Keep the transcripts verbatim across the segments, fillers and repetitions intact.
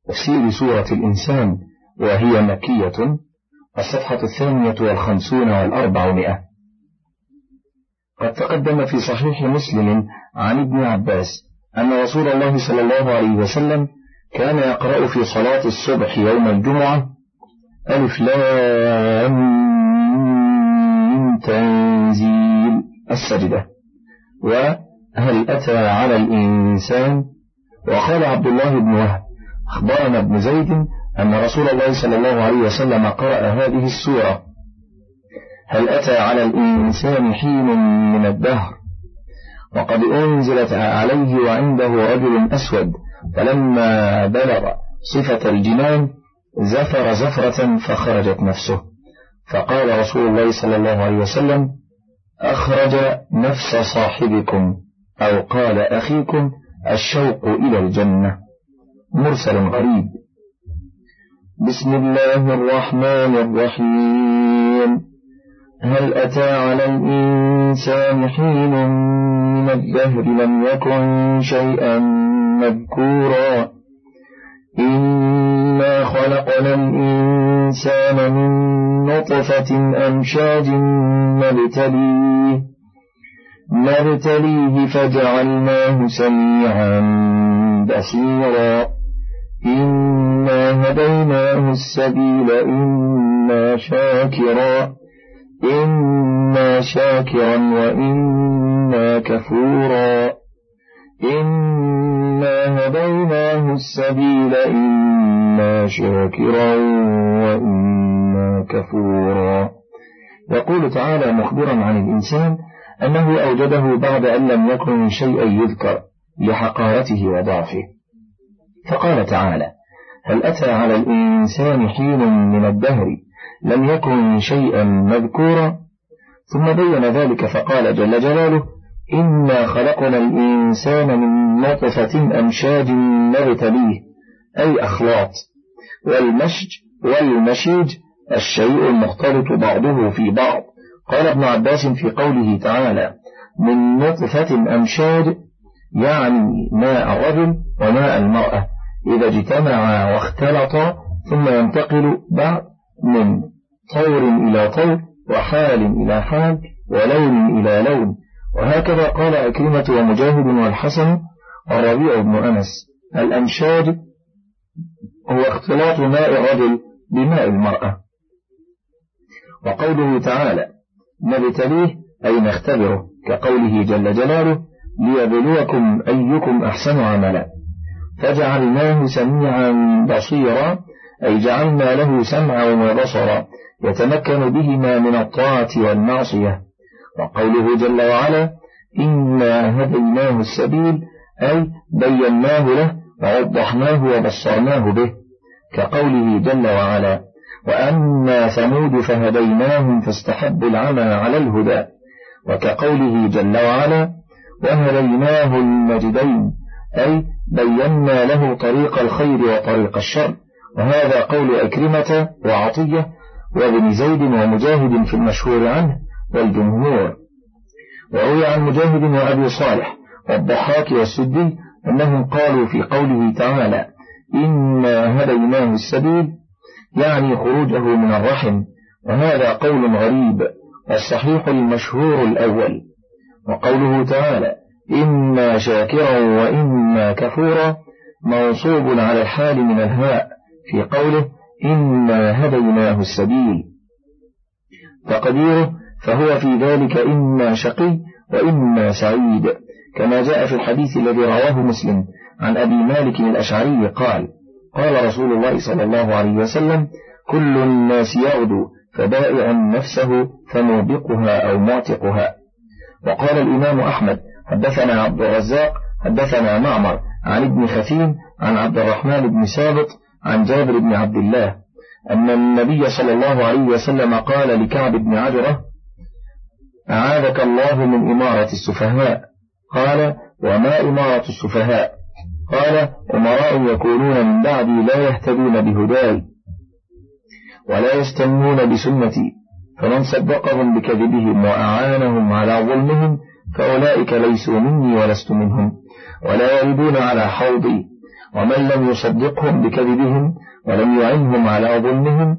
تفسير سورة الإنسان، وهي مكية، الصفحة الثانية والخمسون والأربعمائة. قد تقدم في صحيح مسلم عن ابن عباس أن رسول الله صلى الله عليه وسلم كان يقرأ في صلاة الصبح يوم الجمعة ألف لام تنزيل السجدة، وهل أتى على الإنسان. وقال عبد الله بن وهب أخبرنا ابن زيد أن رسول الله صلى الله عليه وسلم قرأ هذه السورة هل أتى على الإنسان حين من الدهر، وقد أنزلت عليه وعنده رجل أسود، فلما بلغ صفة الجنان زفر زفرة فخرجت نفسه، فقال رسول الله صلى الله عليه وسلم أخرج نفس صاحبكم، أو قال أخيكم، الشوق إلى الجنة. مرسل غريب. بسم الله الرحمن الرحيم. هل أتى على الإنسان حين من الدهر لم يكن شيئا مذكورا إنا خلقنا الإنسان من نطفة أمشاج نبتليه نبتليه فجعلناه سميعا بصيرا إنا هديناه السبيل إما شاكرا إما شاكرا وإما كفورا إنا هديناه السبيل إما شاكرا وإما كفورا. يقول تعالى مخبرا عن الإنسان أنه أوجده بعد أن لم يكن شيئا يذكر لحقارته وضعفه، فقال تعالى هل أتى على الإنسان حين من الدهر لم يكن شيئا مذكورا، ثم بين ذلك فقال جل جلاله إنا خلقنا الإنسان من نطفة أمشاج نبتليه، أي أخلاط، والمشج والمشيج الشيء المختلط بعضه في بعض. قال ابن عباس في قوله تعالى من نطفة أمشاج يعني ماء الرجل وماء المرأة إذا اجتمعا واختلطا ثم ينتقل بعد من طور إلى طور وحال إلى حال ولون إلى لون. وهكذا قال أكرمة ومجاهد والحسن والربيع بن أنس الأمشاج هو اختلاط ماء الرجل بماء المرأة. وقوله تعالى نبتليه أي نختبره، كقوله جل جلاله ليبلوكم أيكم أحسن عملا، فجعلناه سميعا بصيرا أي جعلنا له سمعا وبصرا يتمكن بهما من الطاعة والمعصية. وقوله جل وعلا إنا هديناه السبيل أي بيناه له ووضحناه وبصرناه به، كقوله جل وعلا وأما ثمود فهديناهم فاستحبوا العمى على الهدى، وكقوله جل وعلا وهديناه النجدين أي بينا له طريق الخير وطريق الشر. وهذا قول أكرمة وعطية وابن زيد ومجاهد في المشهور عنه والجمهور. وروي عن مجاهد وأبي صالح والضحاك والسدي أنهم قالوا في قوله تعالى إنا هديناه السبيل يعني خروجه من الرحم، وهذا قول غريب، والصحيح المشهور الأول. وقوله تعالى إما شاكرا وإما كفورا منصوب على الحال من الهاء في قوله إنا هديناه السبيل، تقديره فهو في ذلك إما شقي وإما سعيد، كما جاء في الحديث الذي رواه مسلم عن أبي مالك الأشعري قال قال رسول الله صلى الله عليه وسلم كل الناس يغدو فبائع نفسه فموبقها أو معتقها. وقال الإمام أحمد حدثنا عبد الرزاق حدثنا معمر عن ابن خثيم عن عبد الرحمن بن ثابت عن جابر بن عبد الله أن النبي صلى الله عليه وسلم قال لكعب بن عجرة أعاذك الله من إمارة السفهاء. قال وما إمارة السفهاء؟ قال أمراء يكونون من بعدي لا يهتدون بهداي ولا يستنون بسنتي، فمن صدقهم بكذبهم وأعانهم على ظلمهم فأولئك ليسوا مني ولست منهم ولا يردون على حوضي ومن لم يصدقهم بكذبهم ولم يعنهم على ظلمهم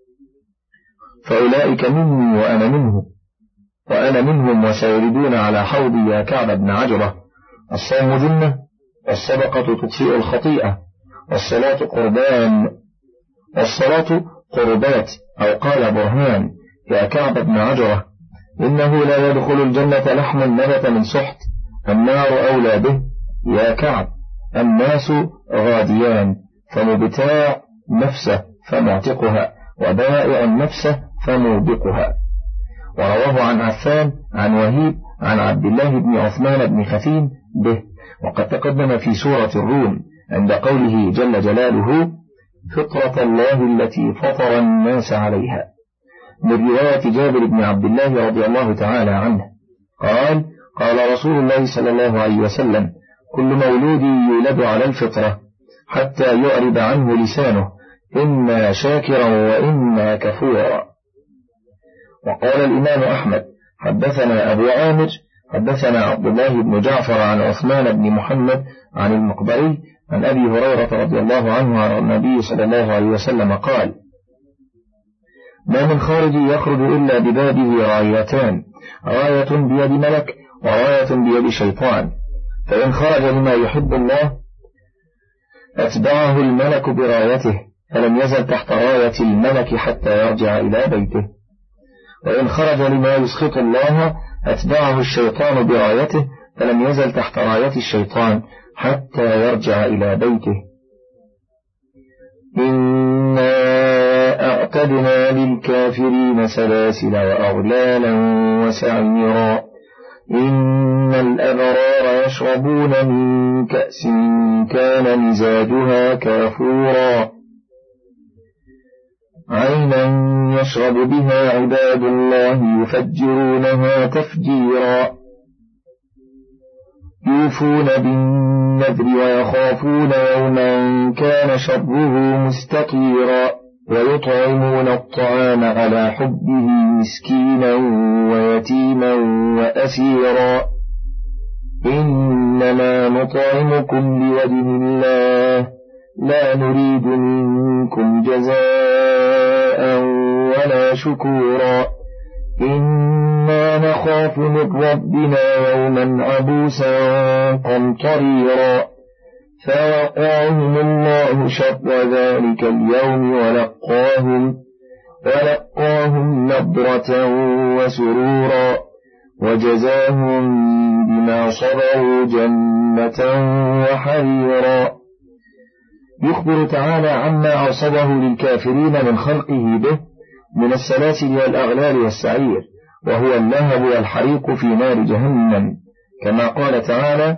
فأولئك مني وأنا منه وأنا منهم وسيردون على حوضي يا كعب بن عجرة. الصوم جنة، والصدقة تطفئ الخطيئة، والصلاة قربان والصلاة قربات أو قال برهان يا كعب بن عجرة، إنه لا يدخل الجنة لحم نبت من سحت، النار أولى به يا كعب. الناس غاديان، فمبتاع نفسه فمعتقها، وبائع النفس فموبقها. ورواه عن عفان عن وهيب عن عبد الله بن عثمان بن خثيم به، وقد تقدم في سورة الروم عند قوله جل جلاله فطرة الله التي فطر الناس عليها، من رواية جابر بن عبد الله رضي الله تعالى عنه قال قال رسول الله صلى الله عليه وسلم كل مولود يولد على الفطرة حتى يعرب عنه لسانه إما شاكرا وإما كفورا. وقال الإمام أحمد حدثنا أبو عامر حدثنا عبد الله بن جعفر عن عثمان بن محمد عن المقبري عن أبي هريرة رضي الله عنه عن النبي صلى الله عليه وسلم قال ما من خارج يخرج إلا ببابه رايتان، راية بيد ملك وراية بيد شيطان، فإن خرج لما يحب الله أتبعه الملك برايته فلم يزل تحت راية الملك حتى يرجع إلى بيته، وإن خرج لما يسخط الله أتبعه الشيطان برايته فلم يزل تحت راية الشيطان حتى يرجع إلى بيته. إنا أعتدنا للكافرين سلاسل وأغلالا وسعيرا، إن الأبرار يشربون من كأس كان مزاجها كافورا، عينا يشرب بها عباد الله يفجرونها تفجيرا، يوفون بالنذر ويخافون يوما كان شره مستطيرا، ويطعمون الطعام على حبه مسكينا ويتيما وأسيرا، إنما نطعمكم لوجه الله لا نريد منكم جزاء ولا شكورا، إنا نخاف من ربنا يوما عبوسا قمطريرا، فوقاهم الله شر ذلك اليوم ولقاهم ولقاهم نضرة وسرورا، وجزاهم بما صبروا جنة وحريرا. يخبر تعالى عما عصبه للكافرين من خلقه به من السلاسل والأغلال والسعير، وهو اللهب والحريق في نار جهنم، كما قال تعالى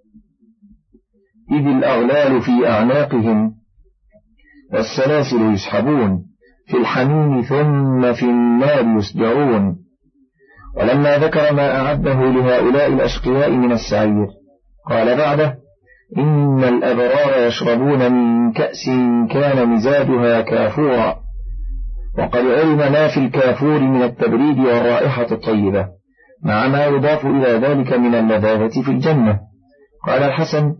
إذ الأغلال في أعناقهم والسلاسل يسحبون في الحميم ثم في النار يسجرون. ولما ذكر ما أعده لهؤلاء الأشقياء من السعير قال بعده إن الأبرار يشربون من كأس كان مزاجها كافورا، وقد علم ما في الكافور من التبريد والرائحة الطيبة مع ما يضاف إلى ذلك من اللذاذة في الجنة. قال الحسن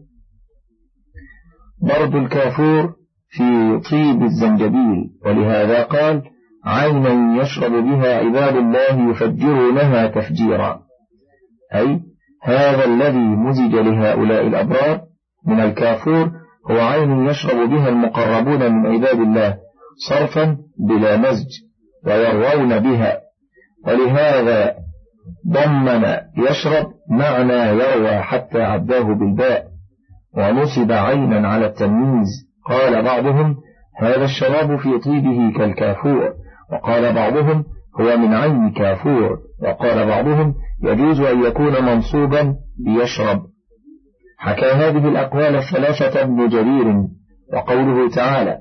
برد الكافور في طيب الزنجبيل، ولهذا قال عينا يشرب بها عباد الله يفجرونها تفجيرا، أي هذا الذي مزج لهؤلاء الأبرار من الكافور هو عين يشرب بها المقربون من عباد الله صرفا بلا مزج ويروون بها، ولهذا ضمن يشرب معنى يروى حتى عداه بالباء ونصب عينا على التمييز. قال بعضهم هذا الشراب في طيبه كالكافور، وقال بعضهم هو من عين كافور، وقال بعضهم يجوز أن يكون منصوبا بيشرب. حكى هذه الأقوال الثلاثة ابن جرير. وقوله تعالى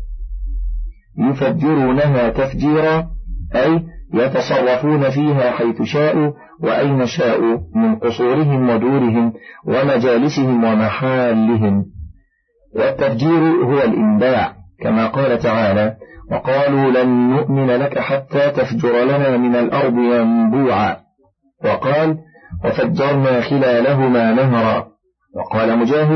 يفجرونها تفجيرا أي يتصرفون فيها حيث شاءوا وأين شاءوا من قصورهم ودورهم ومجالسهم ومحالهم. والتفجير هو الإنباع، كما قال تعالى وقالوا لن نؤمن لك حتى تفجر لنا من الأرض ينبوعا، وقال وفجرنا خلالهما نهرا. وقال مجاهد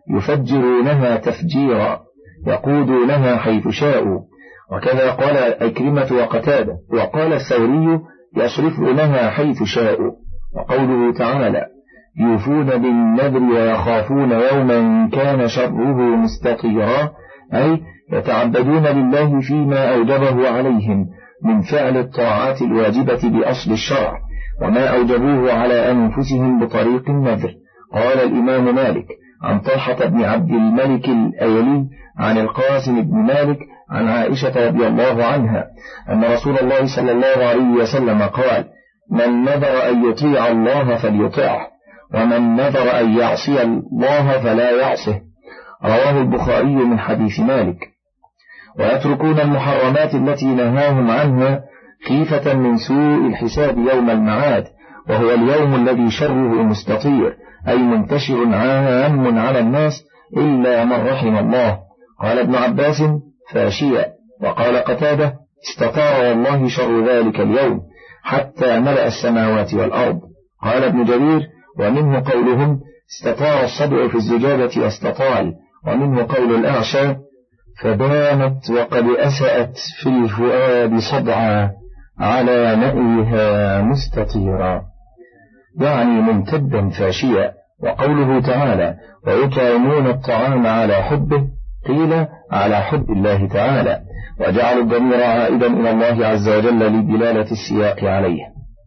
يفجرونها تفجيرا يقودونها حيث شاءوا. وكذا قال أكرمة وقتادة. وقال الثوري يصرفونها حيث شاءوا. وقوله تعالى يوفون بالنذر ويخافون يوما كان شره مستطيرا أي يتعبدون لله فيما أوجبه عليهم من فعل الطاعات الواجبة بأصل الشرع وما أوجبوه على أنفسهم بطريق النذر. قال الإمام مالك عن طلحة بن عبد الملك الأيلي عن القاسم بن مالك عن عائشة رضي الله عنها أن رسول الله صلى الله عليه وسلم قال من نذر أن يطيع الله فليطيعه ومن نذر أن يعصي الله فلا يعصه. رواه البخاري من حديث مالك. ويتركون المحرمات التي نهاهم عنها خيفة من سوء الحساب يوم المعاد وهو اليوم الذي شره مستطير أي منتشر عام على الناس إلا من رحم الله. قال ابن عباس فاشيا. وقال قتادة استطار والله شر ذلك اليوم حتى ملأ السماوات والأرض. قال ابن جرير ومنه قولهم استطار الصدع في الزجاجة واستطال. ومنه قول الأعشى فبانت وقد أسأت في الفؤاد صدعا على نأيها مستطيرا يعني ممتدا فاشيا. وقوله تعالى ويطعمون الطعام على حبه قيل على حب الله تعالى وجعل الضمير عائدا إلى الله عز وجل لدلالة السياق عليه.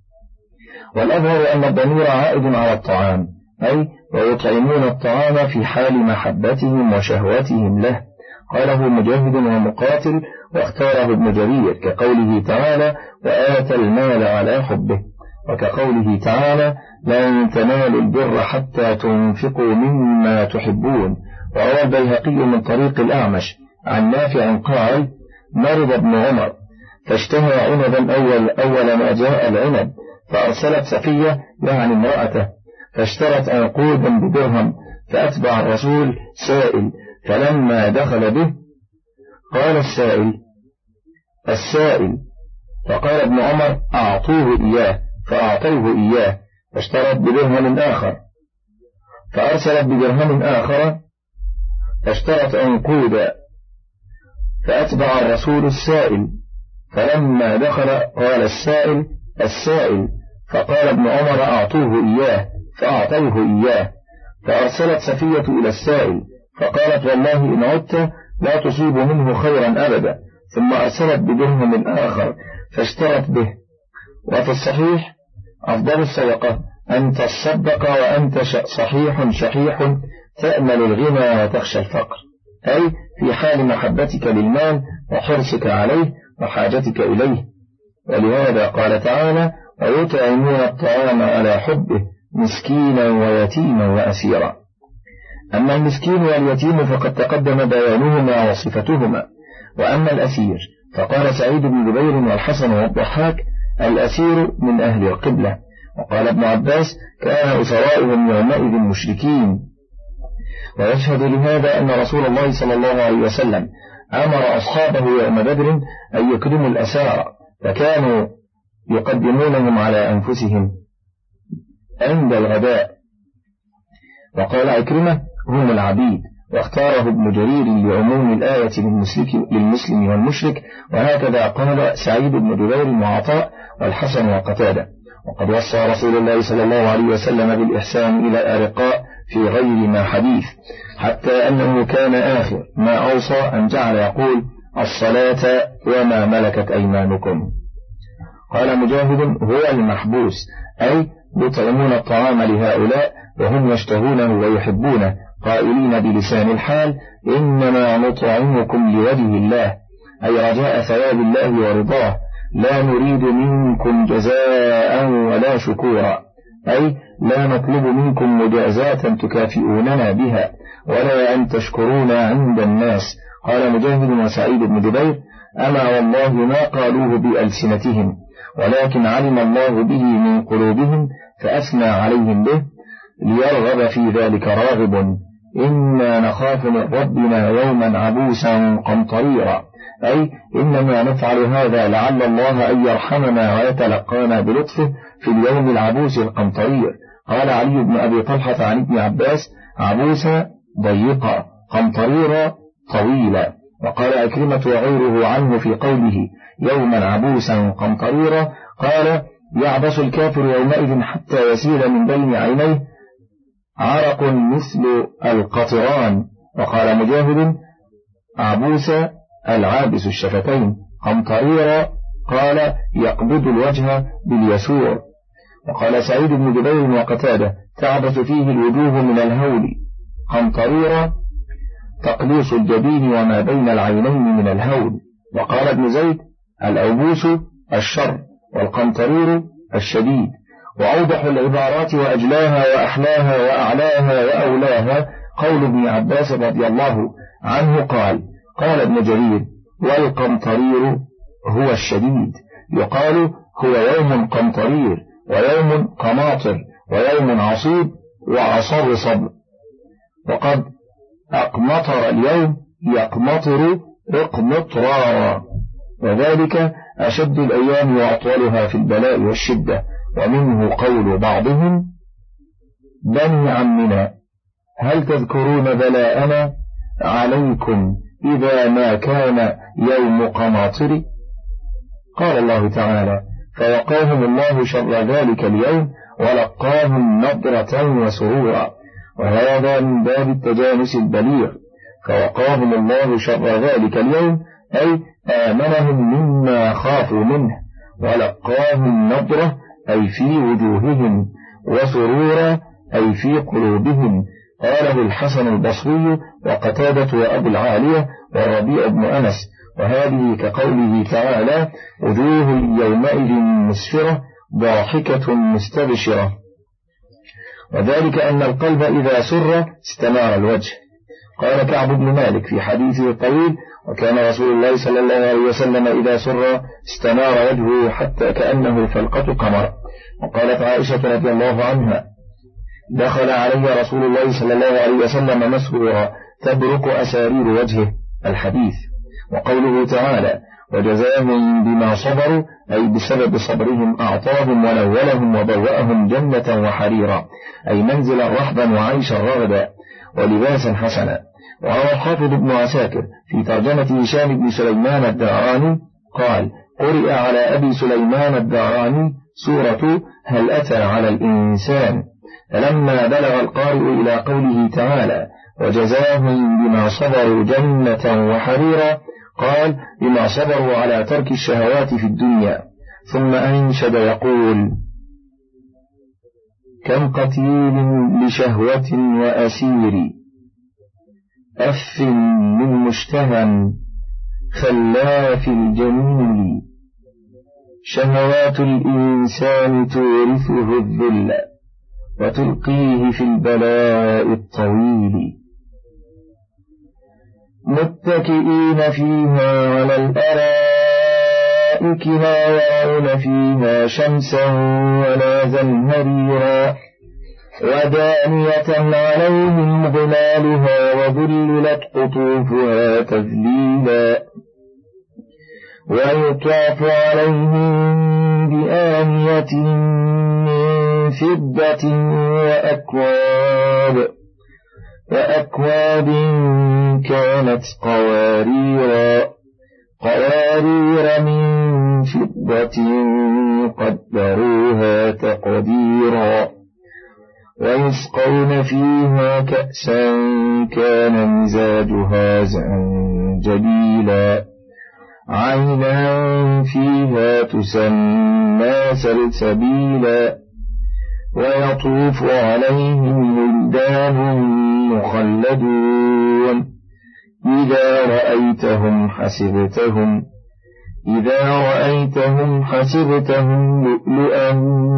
والأظهر أن الضمير عائد على الطعام أي ويطعمون الطعام في حال محبتهم وشهوتهم له. قاله مجاهد ومقاتل واختاره ابن جرير كقوله تعالى وآتى المال على حبه وكقوله تعالى لن تنالوا البر حتى تنفقوا مما تحبون. وروى البيهقي من طريق الأعمش عن نافع قال مرض ابن عمر فاشتهى عنبا أول, أول ما جاء العنب فأرسلت صفية يعني امرأته فاشترت عنقودا بدرهم فأتبع الرسول سائل فلما دخل به قال السائل السائل فقال ابن عمر أعطوه إياه فأعطوه إياه فاشترت بدرهم آخر فأرسلت بدرهم آخر فاشترت عنقودا فأتبع الرسول السائل فلما دخل قال السائل السائل فقال ابن عمر أعطوه إياه فأعطوه إياه فأرسلت صفية إلى السائل فقالت والله إن عدت لا تصيب منه خيرا أبدا ثم أرسلت بدرهم آخر فاشترت به. وفي الصحيح أفضل الصدقة أن تصدق وأنت صحيح شحيح تأمل الغنى وتخشى الفقر أي في حال محبتك للمال وحرصك عليه وحاجتك إليه. ولهذا قال تعالى ويطعمون الطعام على حبه مسكينا ويتيما وأسيرا. أما المسكين واليتيم فقد تقدم بيانهما وصفتهما. وأما الأسير فقال سعيد بن جبير والحسن والضحاك الأسير من أهل القبلة. وقال ابن عباس كان أسراؤهم يومئذ مشركين. ويشهد لهذا أن رسول الله صلى الله عليه وسلم أمر أصحابه يوم بدر أن يكرموا الأسارى فكانوا يقدمونهم على أنفسهم عند الغداء. وقال عكرمة هم العبيد. واختاره ابن جرير لعموم الآية للمسلم والمشرك. وهكذا قال سعيد بن جبير وعطاء والحسن وقتادة. وقد وصى رسول الله صلى الله عليه وسلم بالإحسان إلى الأرقاء في غير ما حديث حتى أنه كان آخر ما أوصى أن جعل يقول الصلاة وما ملكت أيمانكم. قال مجاهد هو المحبوس أي يطعمون الطعام لهؤلاء وهم يشتهونه ويحبونه قائلين بلسان الحال إنما نطعمكم لوجه الله أي رجاء ثواب الله ورضاه لا نريد منكم جزاء ولا شكورا أي لا نطلب منكم مجازاة تكافئوننا بها ولا أن تشكرونا عند الناس. قال مجاهد وسعيد بن جبير أما والله ما قالوه بألسنتهم ولكن علم الله به من قلوبهم فأثنى عليهم به ليرغب في ذلك راغب إنا نخاف من ربنا يوما عبوسا قمطريرا أي إنما نفعل هذا لعل الله أن يرحمنا ويتلقانا بلطفه في اليوم العبوس القمطرير. قال علي بن أبي طلحة عن ابن عباس عبوسا ضيقا، قمطريرا طويلا. وقال عكرمة وغيره عنه في قوله يوما عبوسا قمطريرا قال يعبس الكافر يومئذ حتى يسيل من بين عينيه عرق مثل القطران. وقال مجاهد عبوس العابس الشفتين، قمطريرا قال يقبض الوجه باليسور. وقال سعيد بن جبير وقتادة تعبس فيه الوجوه من الهول، قمطريرا تقليص الجبين وما بين العينين من الهول. وقال ابن زيد الأوبوس الشر والقمطرير الشديد. وأوضح العبارات وأجلاها وأحلاها وأعلاها وأولاها قول ابن عباس رضي الله عنه قال قال ابن جرير والقمطرير هو الشديد، يقال هو يوم قمطرير ويوم قماطر ويوم عصيب وعصر صبر. وقد أقمطر اليوم يقمطر اقمطرارا، وذلك أشد الأيام وأطولها في البلاء والشدة. ومنه قول بعضهم بني عمنا هل تذكرون بلاءنا عليكم إذا ما كان يوم قماطر. قال الله تعالى فوقاهم الله شر ذلك اليوم ولقاهم نضرة وسرورا، وهذا من باب التجانس البليغ. فوقاهم الله شر ذلك اليوم أي آمنهم مما خافوا منه، ولقاهم نضرة أي في وجوههم، وسرورا أي في قلوبهم. قاله الحسن البصري وقتادة وأبو العالية والربيع بن أنس. وهذه كقوله تعالى وجوه يومئذ مسفرة ضاحكة مستبشرة، وذلك أن القلب إذا سر استنار الوجه. قال كعب بن مالك في حديثه الطويل وكان رسول الله صلى الله عليه وسلم إذا سر استنار وجهه حتى كأنه فلقة قمر. وقالت عائشة رضي الله عنها دخل علي رسول الله صلى الله عليه وسلم مسرورا تبرق أسارير وجهه الحديث. وقوله تعالى وجزاهم بما صبروا أي بسبب صبرهم أعطاهم ونولهم وبوأهم جنة وحريرا أي منزلا رحبا وعيشا رغدا ولباسا حسنا. وروى الحافظ ابن عساكر في ترجمة هشام بن سليمان الداراني قال قرئ على أبي سليمان الداراني سورة هل أتى على الإنسان، فلما بلغ القارئ إلى قوله تعالى وجزاهم بما صبروا جنة وحريرا قال بما صبروا على ترك الشهوات في الدنيا، ثم أنشد يقول كم قتيل لشهوة وأسير أف من مشتهى خلاف الجميل، شهوات الإنسان تورثه الذل وتلقيه في البلاء الطويل. متكئين فيها على الأرائك لا يرون فيها شمسا ولا زمهريرا ودانية عليهم ظلالها وذللت قطوفها تذليلا ويطاف عليهم بآنية من فضة وأكواب وأكواب كانت قواريرا قوارير من فضة قدروها تقديرا ويسقون فيها كأسا كان مزاجها زنجبيلا عينا فيها تسمى سلسبيلا ويطوف عليهم ولدان مخلدون إذا رأيتهم حسبتهم إذا رأيتهم حسبتهم لؤلؤا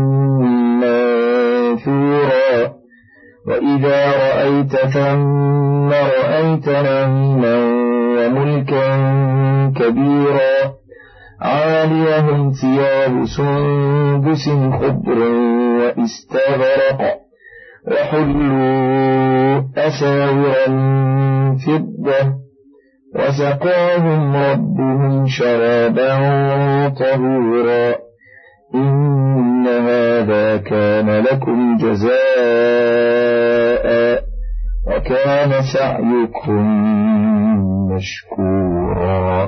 منثورا وإذا رأيت ثم رأيت نعيما وملكا كبيرا عاليهم ثياب سندس خضر واستبرق وحلوا أساور من فضة وسقاهم ربهم شرابا طهورا إن هذا كان لكم جزاء وكان سعيكم مشكورا.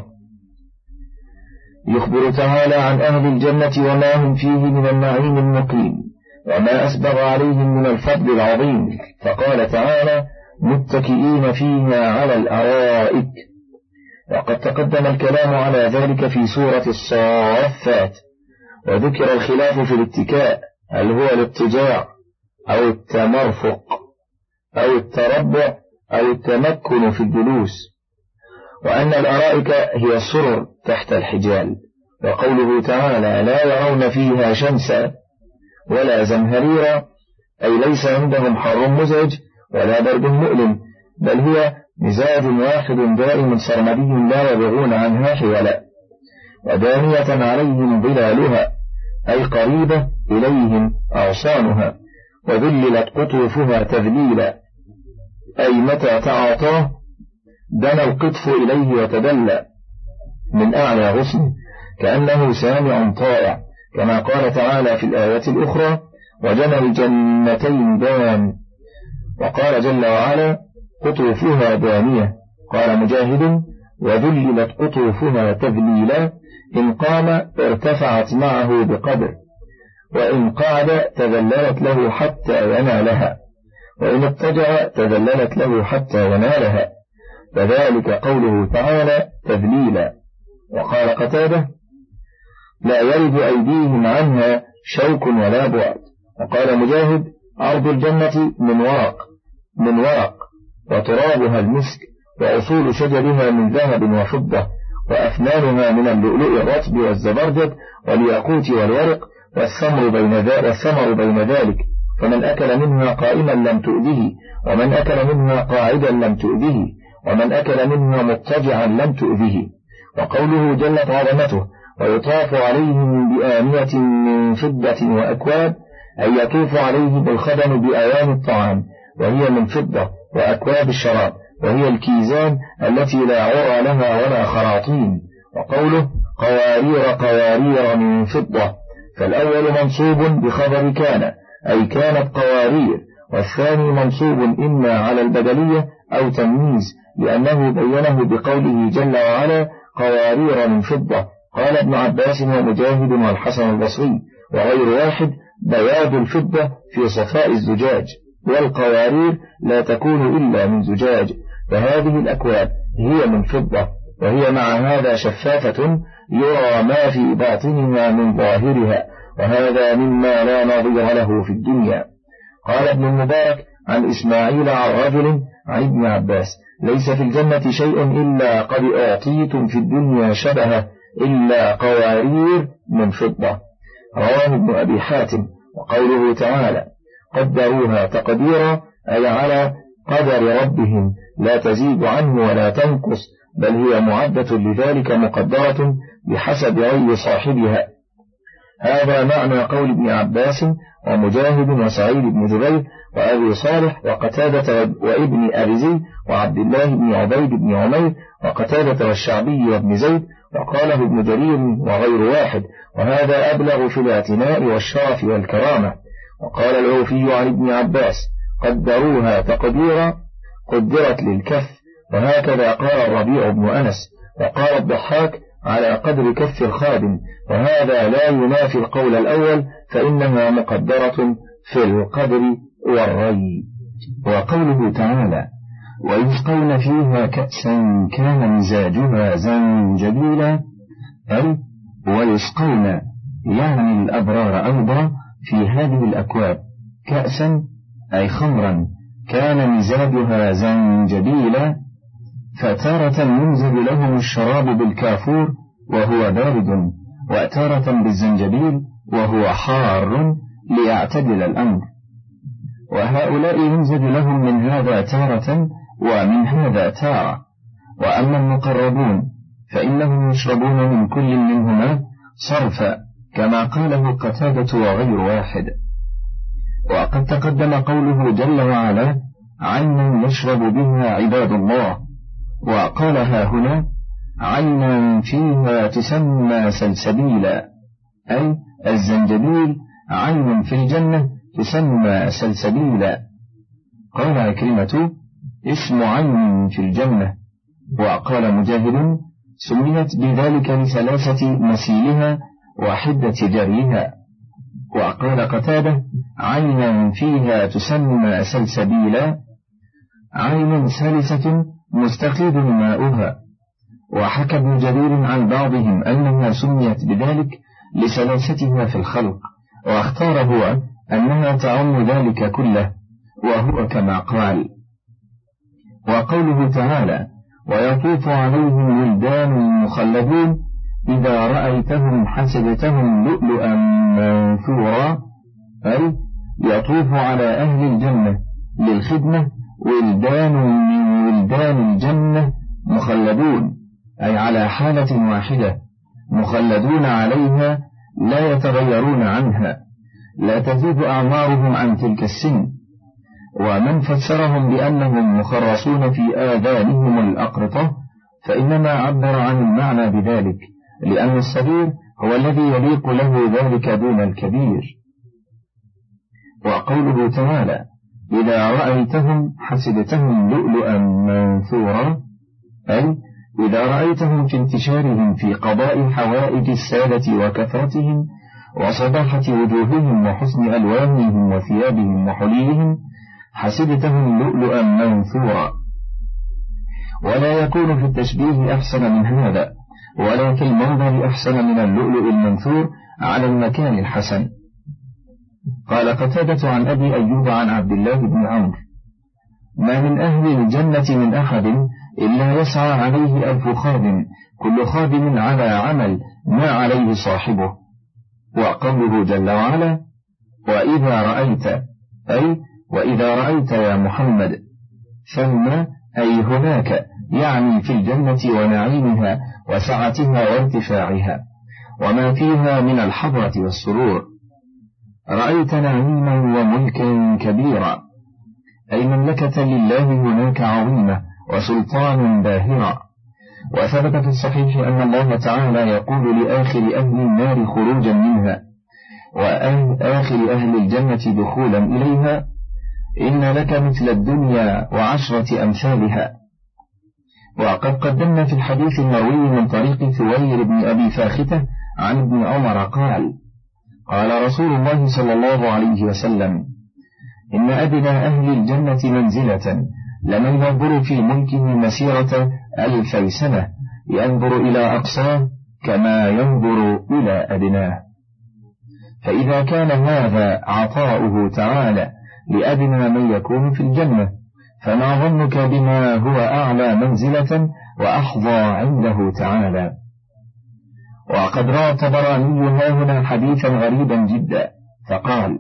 يخبر تعالى عن أهل الجنة وما هم فيه من النعيم المقيم وما أسبغ عليهم من الفضل العظيم، فقال تعالى متكئين فيها على الأرائك. وقد تقدم الكلام على ذلك في سورة الصافات، وذكر الخلاف في الاتكاء، هل هو الاضطجاع أو التمرفق أو التربع أو التمكن في الجلوس، وأن الأرائك هي السرر تحت الحجال. وقوله تعالى لا يرون فيها شمسا ولا زمهريرا، أي ليس عندهم حر مزعج ولا برد مؤلم، بل هي مزاج واحد دائم سرمدي لا يبغون عنها حولا. ودانية عليهم ظلالها، أي قريبة إليهم أغصانها، وذللت قطوفها تذليلا، أي متى تعاطاه دنا القطف إليه وتدلى من أعلى غصن كأنه سامع طائع، كما قال تعالى في الآية الأخرى وجنى الجنتين دان. وقال جل وعلا قطوفها دانية. قال مجاهد وذللت قطوفها تذليلا، إن قام ارتفعت معه بقدر، وإن قعد تذللت له حتى ينالها، وإن اضطجع تذللت له حتى ينالها، فذلك قوله تعالى تذليلا. وقال قتادة لا يرد أيديهم عنها شوك ولا بعد. وقال مجاهد عرض الجنة من ورق من ورق وترابها المسك، وأصول شجرها من ذهب وفضة، وأفنانها من اللؤلؤ الرطب والزبرجد والياقوت والورق، والثمر بين ذلك والثمر بين ذلك، فمن أكل منها قائما لم تؤذه، ومن أكل منها قاعدا لم تؤذه، ومن أكل منها مضطجعا لم تؤذه. وقوله جلت عظمته ويطاف عليهم بآنية من فضة وأكواب، أي يطوف عليهم الخدم بآيان الطعام وهي من فضة، وأكواب الشراب وهي الكيزان التي لا عرى لها ولا خراطيم. وقوله قوارير قوارير من فضة، فالأول منصوب بخبر كان، أي كانت قوارير، والثاني منصوب إما على البدلية أو تمييز، لأنه بينه بقوله جل وعلا قوارير من فضة. قال ابن عباس ومجاهد والحسن البصري وغير واحد بياض الفضة في صفاء الزجاج، والقوارير لا تكون إلا من زجاج، فهذه الأكواب هي من فضة، وهي مع هذا شفافة يرى ما في باطنها من ظاهرها، وهذا مما لا نظير له في الدنيا. قال ابن المبارك عن إسماعيل عن رجل عن ابن عباس ليس في الجنة شيء إلا قد أعطيتم في الدنيا شبهه إلا قوارير من فضة. رواه ابن أبي حاتم. وقوله تعالى قدروها تقديرا، أي على قدر ربهم لا تزيد عنه ولا تنقص، بل هي معدة لذلك مقدرة بحسب ري صاحبها. هذا معنى قول ابن عباس ومجاهد وسعيد بن جبير وأبي صالح وقتادة وابن أبي زيد وعبد الله بن عبيد بن عمير وقتادة والشعبي وابن زيد، وقاله ابن جرير وغير واحد، وهذا أبلغ في الاعتناء والشرف والكرامة. وقال العوفي عن ابن عباس قدروها تقديرا قدرت للكف، وهكذا قال الربيع بن أنس. وقال الضحاك على قدر كف الخادم، وهذا لا ينافي القول الأول، فإنها مقدرة في القدر والري. وقوله تعالى ويسقون فيها كأسا كان مزاجها زنجبيلا، أي ويسقون يعني الأبرار أيضا في هذه الأكواب كأسا أي خمرا كان مزاجها زنجبيلا، فتارة ينزل لهم الشراب بالكافور وهو بارد، وتارة بالزنجبيل وهو حار ليعتدل الأمر. وهؤلاء ينزل لهم من هذا تارة ومن هذا تارة. وأما المقربون فإنهم يشربون من كل منهما صرفا، كما قاله قتادة وغير واحد. وقد تقدم قوله جل وعلا عينا يشرب بها عباد الله، وقالها هنا عينا فيها تسمى سلسبيلا، أي الزنجبيل عين في الجنة تسمى سلسبيلا. قال عكرمة اسم عين في الجنة. وقال مجاهد سميت بذلك لثلاثة مسيلها وحدة جريها. وقال قتادة عينا فيها تسمى سلسبيلا، عين ثالثة مستقيد ماؤها. وحكى ابن جرير عن بعضهم أنها سميت بذلك لسلاستها في الخلق، واختار هو أنها تعم ذلك كله، وهو كما قال. وقوله تعالى ويطوف عليهم ولدان مخلدون إذا رأيتهم حسبتهم لؤلؤا منثورا، أي يطوف على أهل الجنة للخدمة ولدان من ولدان الجنة مخلدون، أي على حالة واحدة مخلدون عليها لا يتغيرون عنها، لا تزيد أعمارهم عن تلك السن. ومن فسرهم بأنهم مخرصون في آذانهم الأقرطة فإنما عبر عن المعنى بذلك، لأن الصغير هو الذي يليق له ذلك دون الكبير. وقوله تعالى إذا رأيتهم حسبتهم لؤلؤا منثورا، أي إذا رأيتهم في انتشارهم في قضاء حوائج السادة وكثرتهم وصباحة وجوههم وحسن ألوانهم وثيابهم وحليهم حسبتهم لؤلؤا منثورا. ولا يكون في التشبيه أحسن من هذا، ولا في المنظر أحسن من اللؤلؤ المنثور على المكان الحسن. قال قتادة عن أبي أيوب عن عبد الله بن عمرو ما من أهل الجنة من أحد إلا يسعى عليه ألف خادم، كل خادم على عمل ما عليه صاحبه. وقوله جل وعلا وإذا رأيت، أي وإذا رأيت يا محمد، ثم أي هناك، يعني في الجنة ونعيمها وسعتها وارتفاعها وما فيها من الحضرة والسرور. رأيت نعيما وملكا كبيرا، أي مملكة لله هناك عظيمة وسلطان باهرا. وثبت في الصحيح أن الله تعالى يقول لآخر أهل النار خروجا منها وآخر أهل الجنة دخولا إليها إن لك مثل الدنيا وعشرة أمثالها. وقد قدمنا في الحديث المروي من طريق ثوير بن أبي فاختة عن ابن عمر قال قال رسول الله صلى الله عليه وسلم إن أدنى أهل الجنة منزلة لمن ينظر في ملكه مسيرة ألفي سنة، ينظر إلى أقصاه كما ينظر إلى أدناه. فإذا كان هذا عطاؤه تعالى لأدنى من يكون في الجنة، فما ظنك بما هو أعلى منزلة وأحظى عنده تعالى. وقد روى الطبراني هاهنا حديثا غريبا جدا فقال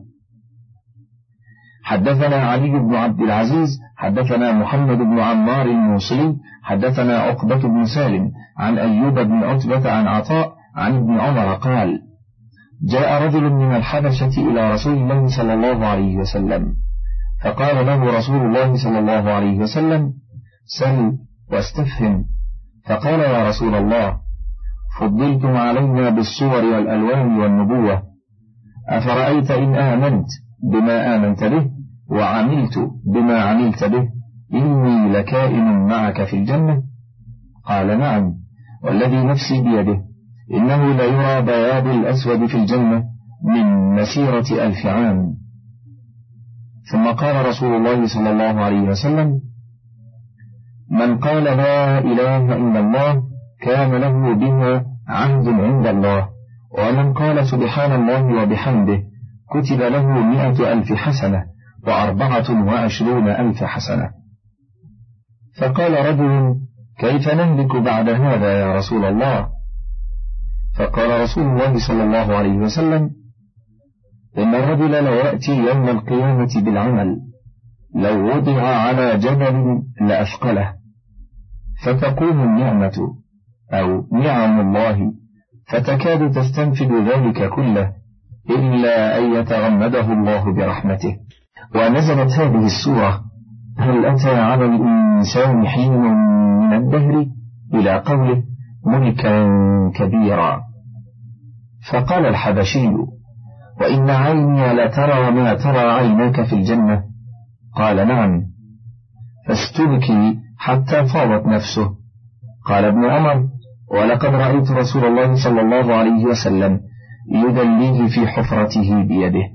حدثنا علي بن عبد العزيز حدثنا محمد بن عمار الموصلي حدثنا عقبة بن سالم عن أيوب بن عتبة عن عطاء عن ابن عمر قال جاء رجل من الحبشة إلى رسول الله صلى الله عليه وسلم فقال له رسول الله صلى الله عليه وسلم سل واستفهم. فقال يا رسول الله فضلتم علينا بالصور والألوان والنبوة، أفرأيت إن آمنت بما آمنت به وعملت بما عملت به إني لكائن معك في الجنة؟ قال نعم والذي نفسي بيده إنه ليرى بياض الأسود في الجنة من مسيرة ألف عام. ثم قال رسول الله صلى الله عليه وسلم من قال لا إله إلا الله كان له بها عهد عند الله، ومن قال سبحان الله وبحمده كتب له مئة ألف حسنة وأربعة وعشرون ألف حسنة. فقال رجل كيف نهلك بعد هذا يا رسول الله؟ فقال رسول الله صلى الله عليه وسلم إن الرجل ليأتي يوم القيامة بالعمل لو وضع على جبل لأثقله، فتقوم النعمة أو نعم الله فتكاد تستنفد ذلك كله إلا أن يتغمده الله برحمته. ونزلت هذه السورة هل أتى على الإنسان حين من الدهر إلى قوله ملكا كبيرا. فقال الحبشي وإن عيني لترى ما ترى عيناك في الجنة؟ قال نعم. فاستبكي حتى فاضت نفسه. قال ابن عمر: ولقد رأيت رسول الله صلى الله عليه وسلم يدليه في حفرته بيده.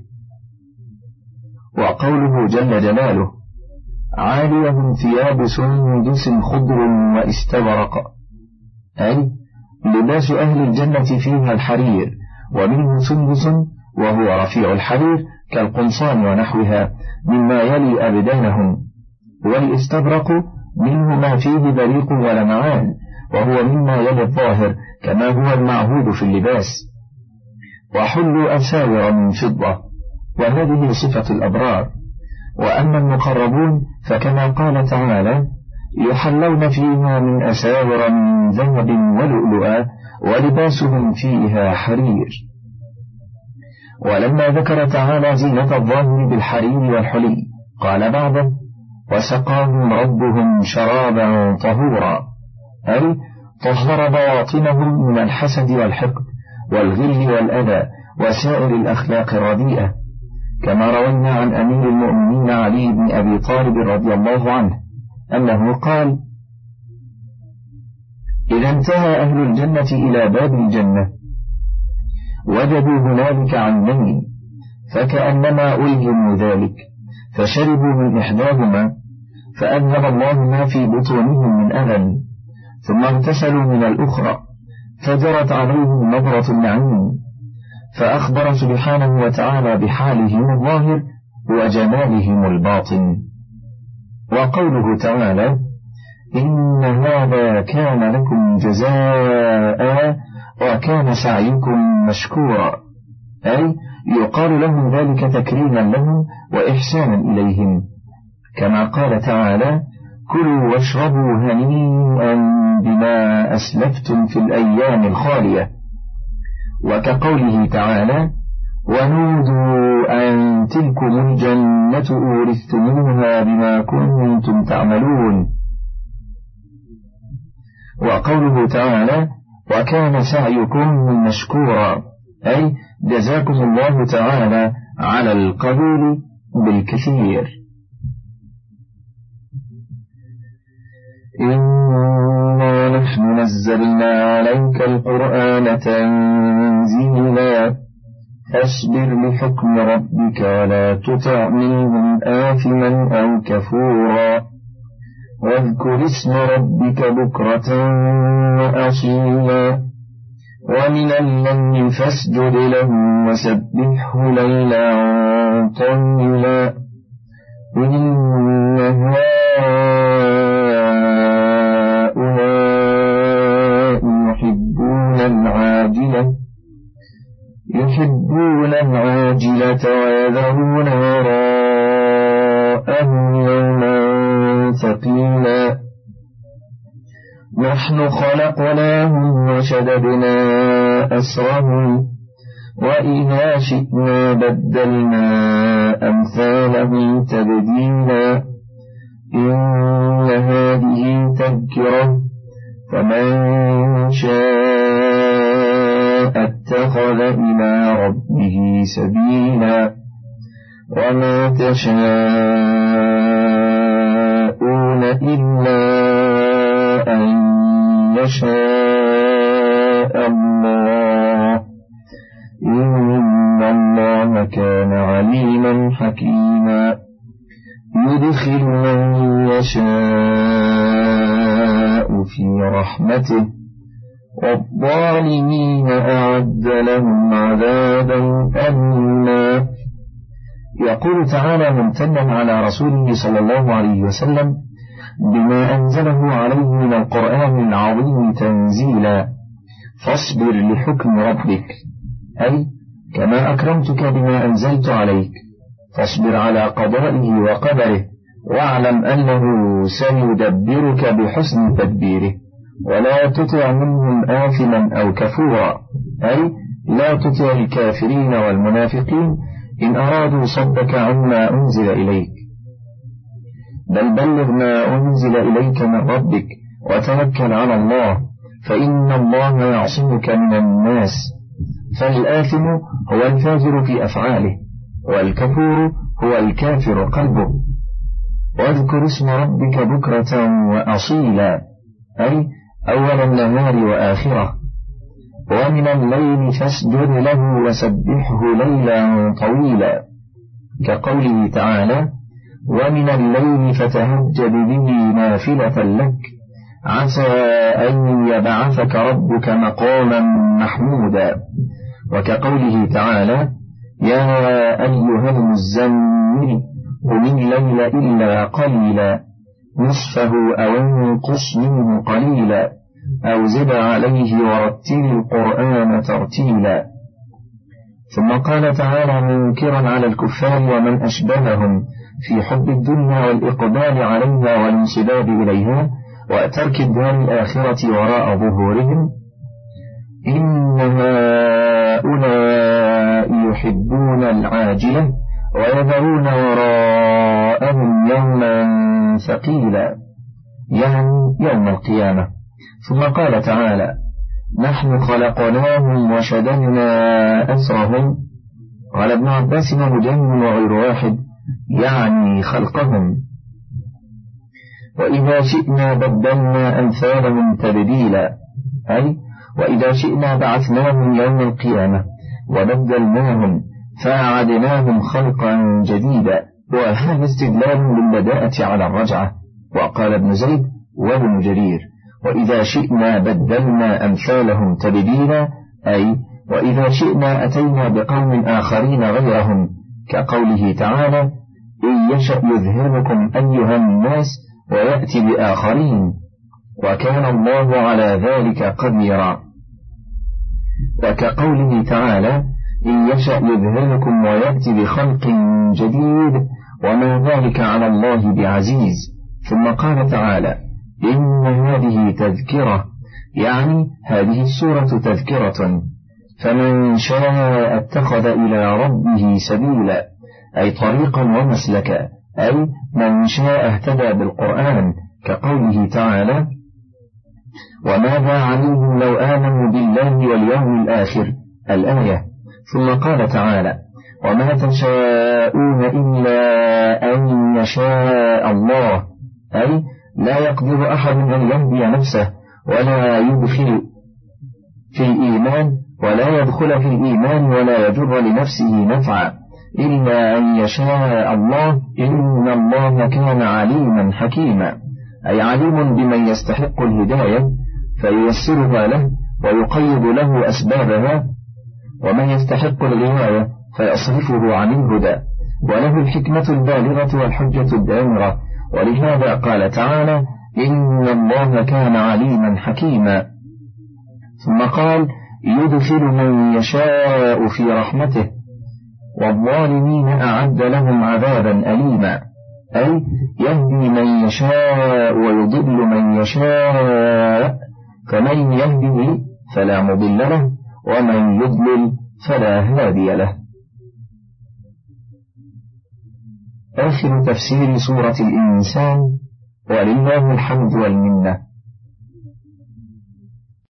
وقوله جل جلاله: عاليهم ثياب سندس خضر واستبرق، أي لباس أهل الجنة فيها الحرير، ومنه سندس وهو رفيع الحرير كالقمصان ونحوها مما يلي أبدانهم، والاستبرق منه ما فيه بريق ولمعان وهو مما يلي الظاهر كما هو المعهود في اللباس. وحلوا أساور من فضة، وهذه صفة الأبرار. وأما المقربون فكما قال تعالى: يحلون فيها من أساور من ذهب ولؤلؤا ولباسهم فيها حرير. ولما ذكر تعالى زينة الظاهر بالحرير والحلي قال بعضه: وسقاهم ربهم شرابا طهورا، أي طهر بواطنهم من الحسد والحقد والغل والأذى وسائر الأخلاق الرديئة، كما روينا عن أمير المؤمنين علي بن أبي طالب رضي الله عنه أنه قال: إذا انتهى أهل الجنة إلى باب الجنة وجدوا هنالك عينين فكأنما ألهموا ذلك، فشربوا من إحداهما فأذهب الله ما في بطونهم من ألم، ثم اغتسلوا من الأخرى فجرت عليهم نظرة النعيم، فأخبر سبحانه وتعالى بحالهم الظاهر وجمالهم الباطن. وقوله تعالى: إن هذا كان لكم جزاء وكان سعيكم مشكورا، أي يقال لهم ذلك تكريما لهم وإحسانا إليهم، كما قال تعالى: كلوا واشربوا هنيئا بما أسلفتم في الأيام الخالية. وكقوله تعالى: ونودوا أن تلكم الجنة أورثتموها بما كنتم تعملون. وقوله تعالى: وكان سعيكم مشكورا، أي جزاكم الله تعالى على القبول بالكثير. إنا نحن نزلنا عليك القرآن تنزيلا فاصبر لحكم ربك ولا تطع منهم آثما أو كفورا واذكر اسم ربك بكرة وأصيلا ومن الليل فاسجد له وسبحه ليلا طويلا إن هؤلاء يحبون العاجلة يحبون العاجلة ويذرون وراءهم يوما ثقيلا نحن خلقناهم وشددنا أسرهم وإذا شئنا بدلنا أمثالهم تبديلا إن هذه تذكرة فمن شاء اتخذ إلى ربه سبيلا وما تشاءون إلا أن يشاء الله إن الله كان عليما حكيما يدخل من يشاء في رحمته والظالمين أعد لهم عذابا أليما. يقول تعالى ممتنا على رسوله صلى الله عليه وسلم بما أنزله عليه من القرآن العظيم تنزيلا فاصبر لحكم ربك، أي كما أكرمتك بما أنزلت عليك فاصبر على قضائه وقدره واعلم أنه سيدبرك بحسن تدبيره ولا تطع منهم آثما أو كفورا، أي لا تطع الكافرين والمنافقين إن أرادوا صدك عما أنزل إليك، بل بلغ ما أنزل إليك من ربك وتوكل على الله فإن الله يعصمك من الناس. فالآثم هو الفاجر في أفعاله والكفور هو الكافر قلبه. واذكر اسم ربك بكرة وأصيلا، أي أول النهار وآخره. ومن الليل فاسجد له وسبحه ليلا طويلا، كقوله تعالى: ومن الليل فتهجد به نافلة لك عسى أن يبعثك ربك مقاما محمودا، وكقوله تعالى: يا أيها المزمل قم الليل إلا قليلا نصفه أو انقص منه قليلا أو زد عليه ورتل القرآن ترتيلا. ثم قال تعالى منكرا على الكفار ومن أشبههم في حب الدنيا والإقبال عليها والانصباب إليها وترك الدار الآخرة وراء ظهورهم: إن هؤلاء يحبون العاجلة ويذرون وراءهم يوما ثقيلا، يعني يوم القيامة. ثم قال تعالى: نحن خلقناهم وشددنا أسرهم. قال ابن عباس ومجاهد وغير واحد يعني خلقهم. وإذا شئنا بدلنا أمثالهم تبديلا، أي وإذا شئنا بعثناهم يوم القيامة وبدلناهم فأعدناهم خلقا جديدا، وهذا استدلال بالبداءة على الرجعة. وقال ابن زيد وابن جرير: وإذا شئنا بدلنا أمثالهم تبديلا، أي وإذا شئنا أتينا بقوم آخرين غيرهم، كقوله تعالى: إن يشأ يذهبكم أيها الناس ويأتي بآخرين وكان الله على ذلك قديرا. وكقوله تعالى: إن يشأ يذهبكم ويأتي بخلق جديد وما ذلك على الله بعزيز. ثم قال تعالى: إن هذه تذكرة، يعني هذه السورة تذكرة، فمن شاء اتخذ إلى ربه سبيلا، أي طريقا ومسلكا، أي من شاء اهتدى بالقرآن، كقوله تعالى: وماذا عليهم لو آمنوا بالله واليوم الآخر، الآية. ثم قال تعالى: وما تشاءون إلا أن يشاء الله، أي لا يقدر أحد أن يهدي نفسه ولا يدخل في الإيمان ولا يدخل في الإيمان ولا يجر لنفسه نفعا إلا أن يشاء الله، إن الله كان عليما حكيما، أي عليم بمن يستحق الهداية فييسرها له ويقيد له أسبابها، ومن يستحق الغواية فيصرفه عن الهدى، وله الحكمة البالغة والحجة الدامرة. ولهذا قال تعالى: إن الله كان عليما حكيما. ثم قال: يدخل من يشاء في رحمته والظالمين أعد لهم عذابا أليما، أي يهدي من يشاء ويضل من يشاء، فمن يهده فلا مضل له ومن يضلل فلا هادي له. آخر تفسير سورة الإنسان، ولله الحمد والمنة.